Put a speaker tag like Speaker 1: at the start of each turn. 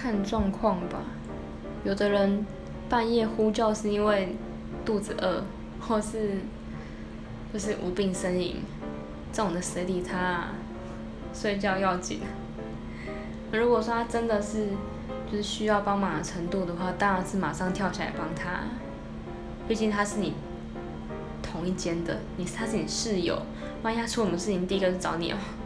Speaker 1: 看状况吧。有的人半夜呼叫是因为肚子饿，或是就是无病呻吟，这种的谁理他啊？睡觉要紧。如果说他真的是就是需要帮忙的程度的话，当然是马上跳起来帮他。毕竟他是你同一间的，他是你室友，万一他出什么事情，第一个就找你哦。